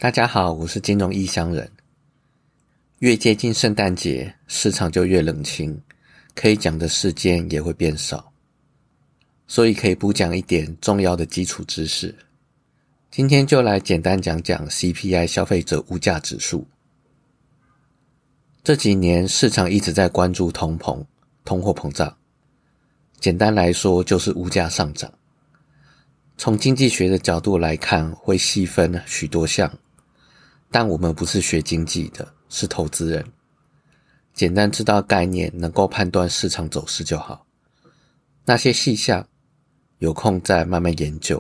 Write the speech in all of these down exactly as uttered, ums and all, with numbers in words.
大家好，我是金融异乡人。越接近圣诞节，市场就越冷清，可以讲的事件也会变少，所以可以补讲一点重要的基础知识。今天就来简单讲讲 C P I 消费者物价指数。这几年市场一直在关注通膨、通货膨胀，简单来说就是物价上涨。从经济学的角度来看，会细分许多项，但我们不是学经济的，是投资人，简单知道概念，能够判断市场走势就好。那些细项有空再慢慢研究。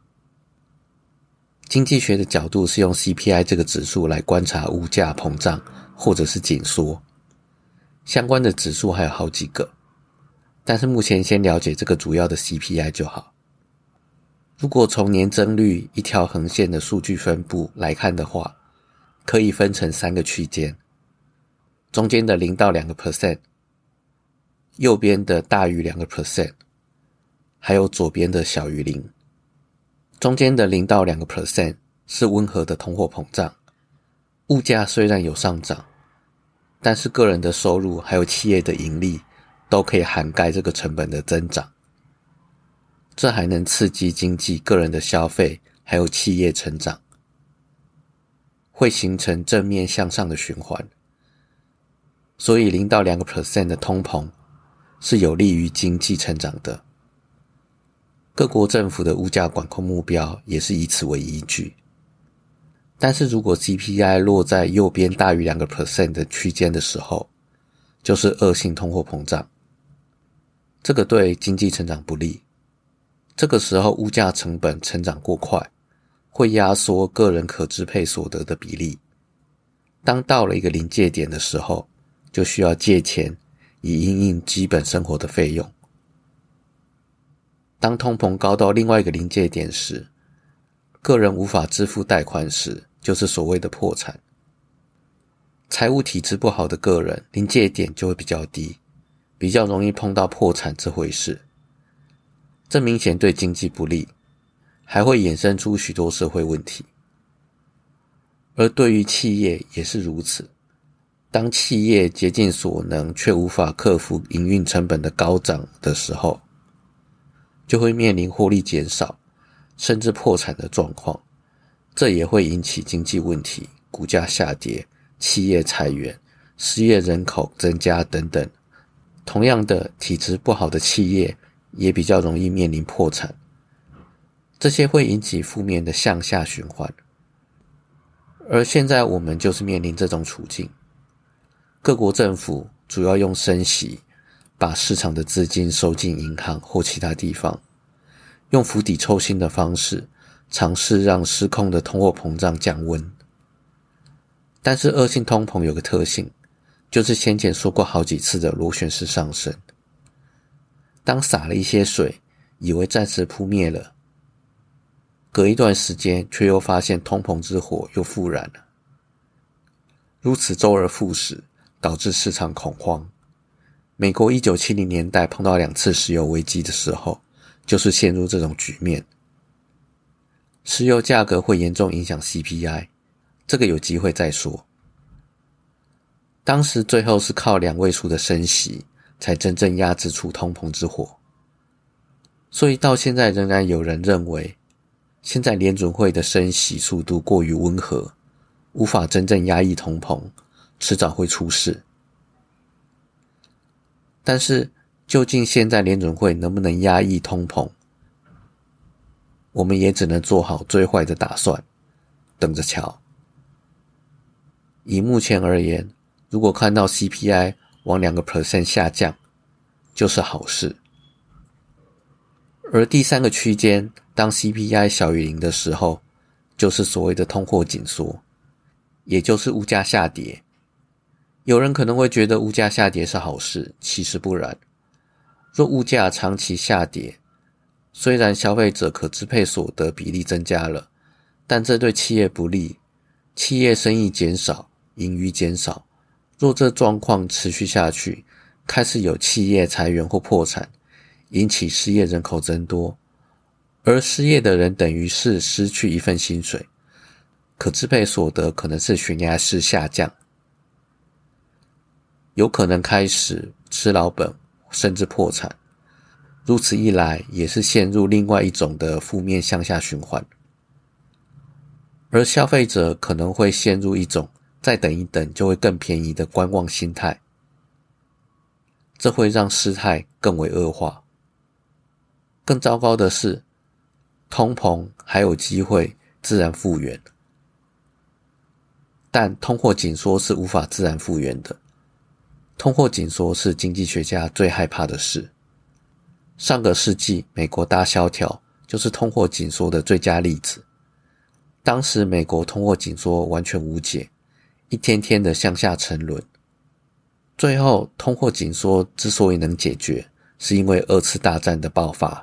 经济学的角度是用 C P I 这个指数来观察物价膨胀或者是紧缩，相关的指数还有好几个，但是目前先了解这个主要的 C P I 就好。如果从年增率一条横线的数据分布来看的话，可以分成三个区间，中间的零到两个 percent， 右边的大于两个 percent， 还有左边的小于零。中间的零到两个 percent 是温和的通货膨胀，物价虽然有上涨，但是个人的收入还有企业的盈利都可以涵盖这个成本的增长，这还能刺激经济、个人的消费还有企业成长，会形成正面向上的循环。所以零到两个 percent 的通膨是有利于经济成长的。各国政府的物价管控目标也是以此为依据。但是如果 C P I 落在右边大于两个 percent 的区间的时候，就是恶性通货膨胀，这个对经济成长不利。这个时候物价成本成长过快，会压缩个人可支配所得的比例。当到了一个临界点的时候，就需要借钱以因应基本生活的费用。当通膨高到另外一个临界点时，个人无法支付贷款时，就是所谓的破产。财务体质不好的个人，临界点就会比较低，比较容易碰到破产这回事。这明显对经济不利，还会衍生出许多社会问题。而对于企业也是如此，当企业竭尽所能却无法克服营运成本的高涨的时候，就会面临获利减少甚至破产的状况，这也会引起经济问题，股价下跌，企业裁员，失业人口增加等等。同样的，体质不好的企业也比较容易面临破产，这些会引起负面的向下循环。而现在我们就是面临这种处境，各国政府主要用升息把市场的资金收进银行或其他地方，用釜底抽薪的方式尝试让失控的通货膨胀降温。但是恶性通膨有个特性，就是先前说过好几次的螺旋式上升。当洒了一些水，以为暂时扑灭了，隔一段时间却又发现通膨之火又复燃了。如此周而复始，导致市场恐慌。美国一九七零年代碰到两次石油危机的时候，就是陷入这种局面。石油价格会严重影响 C P I， 这个有机会再说。当时最后是靠两位数的升息，才真正压制出通膨之火。所以到现在仍然有人认为，现在联准会的升息速度过于温和，无法真正压抑通膨，迟早会出事。但是究竟现在联准会能不能压抑通膨，我们也只能做好最坏的打算，等着瞧。以目前而言，如果看到 C P I 往两个 percent 下降，就是好事。而第三个区间，当 C P I 小于零的时候，就是所谓的通货紧缩，也就是物价下跌。有人可能会觉得物价下跌是好事，其实不然。若物价长期下跌，虽然消费者可支配所得比例增加了，但这对企业不利，企业生意减少，盈余减少。若这状况持续下去，开始有企业裁员或破产，引起失业人口增多，而失业的人等于是失去一份薪水， 可支配所得可能是悬崖式下降，有可能开始吃老本甚至破产，如此一来也是陷入另外一种的负面向下循环。而消费者可能会陷入一种再等一等就会更便宜的观望心态，这会让事态更为恶化。更糟糕的是，通膨还有机会自然复原，但通货紧缩是无法自然复原的。通货紧缩是经济学家最害怕的事。上个世纪美国大萧条就是通货紧缩的最佳例子。当时美国通货紧缩完全无解，一天天的向下沉沦。最后通货紧缩之所以能解决，是因为二次大战的爆发。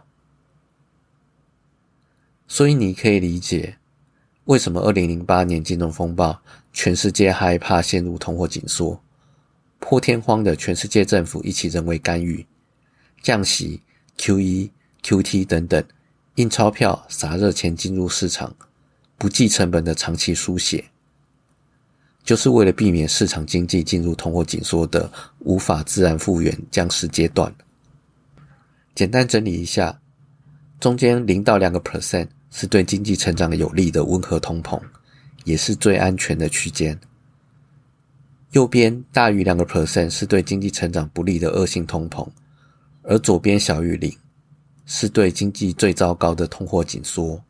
所以你可以理解为什么二零零八年金融风暴全世界害怕陷入通货紧缩，破天荒的全世界政府一起人为干预，降息、Q E、Q T 等等，印钞票、撒热钱进入市场，不计成本的长期输血，就是为了避免市场经济进入通货紧缩的无法自然复原僵尸阶段。简单整理一下，中间零到 百分之二 是对经济成长有利的温和通膨，也是最安全的区间。右边大于 百分之二 是对经济成长不利的恶性通膨，而左边小于零是对经济最糟糕的通货紧缩。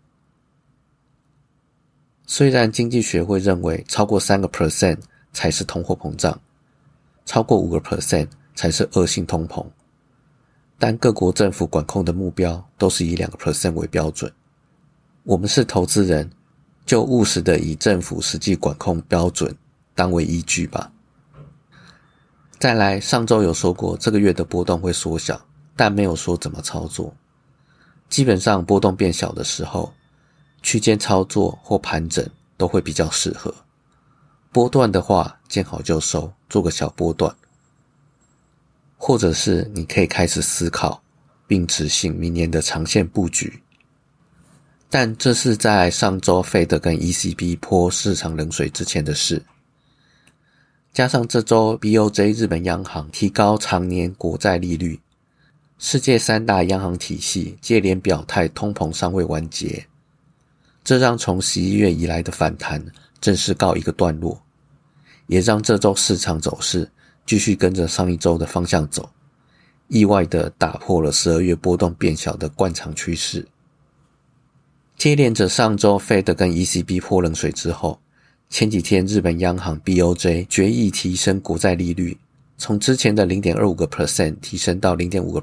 虽然经济学会认为超过 百分之三 才是通货膨胀，超过 百分之五 才是恶性通膨，但各国政府管控的目标都是以 百分之二 为标准。我们是投资人，就务实的以政府实际管控标准当为依据吧。再来，上周有说过这个月的波动会缩小，但没有说怎么操作。基本上波动变小的时候，区间操作或盘整都会比较适合。波段的话，见好就收，做个小波段。或者是你可以开始思考并执行明年的长线布局。但这是在上周 Fed 跟 E C B 泼市场冷水之前的事。加上这周 B O J 日本央行提高长年国债利率，世界三大央行体系接连表态通膨尚未完结，这让从十一月以来的反弹正式告一个段落，也让这周市场走势继续跟着上一周的方向走，意外地打破了十二月波动变小的惯常趋势。接连着上周 Fed 跟 E C B 泼冷水之后，前几天日本央行 B O J 决议提升国债利率，从之前的 百分之零点二五 提升到 百分之零点五。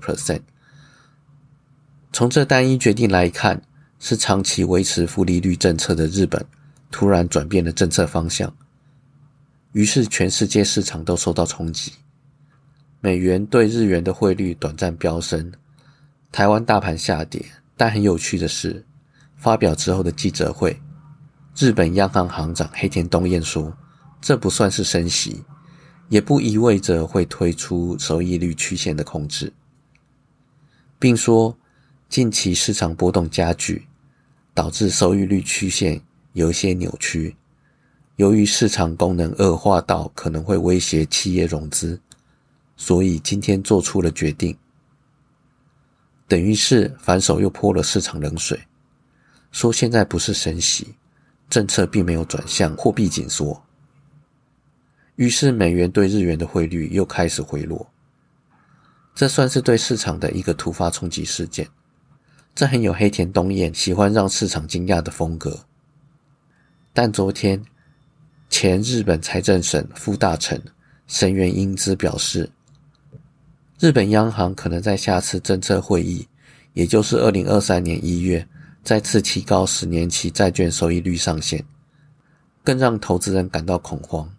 从这单一决定来看，是长期维持负利率政策的日本突然转变了政策方向，于是全世界市场都受到冲击，美元对日元的汇率短暂飙升，台湾大盘下跌。但很有趣的是，发表之后的记者会，日本央行行长黑田东彦说，这不算是升息，也不意味着会推出收益率曲线的控制，并说近期市场波动加剧，导致收益率曲线有一些扭曲，由于市场功能恶化到可能会威胁企业融资，所以今天做出了决定。等于是反手又泼了市场冷水，说现在不是升息，政策并没有转向货币紧缩。于是美元对日元的汇率又开始回落，这算是对市场的一个突发冲击事件。这很有黑田东彦喜欢让市场惊讶的风格。但昨天前日本财政省副大臣神原英姿表示，日本央行可能在下次政策会议，也就是二零二三年一月再次提高十年期债券收益率上限，更让投资人感到恐慌。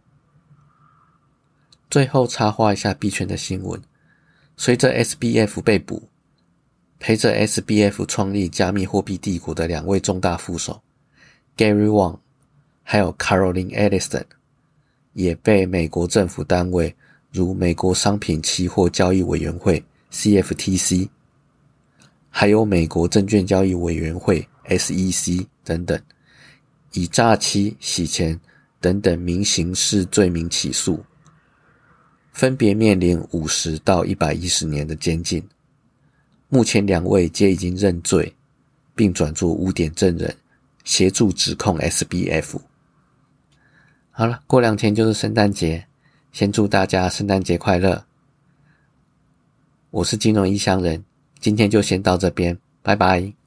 最后插花一下币圈的新闻，随着 S B F 被捕，陪着 S B F 创立加密货币帝国的两位重大副手 Gary Wang 还有 Caroline Ellison 也被美国政府单位如美国商品期货交易委员会 C F T C 还有美国证券交易委员会 S E C 等等， 以诈欺、洗钱等等民刑事罪名起诉，分别面临五十到一百一十年的监禁。目前两位皆已经认罪，并转作污点证人，协助指控 S B F。 好了，过两天就是圣诞节，先祝大家圣诞节快乐。我是金融异乡人，今天就先到这边，拜拜。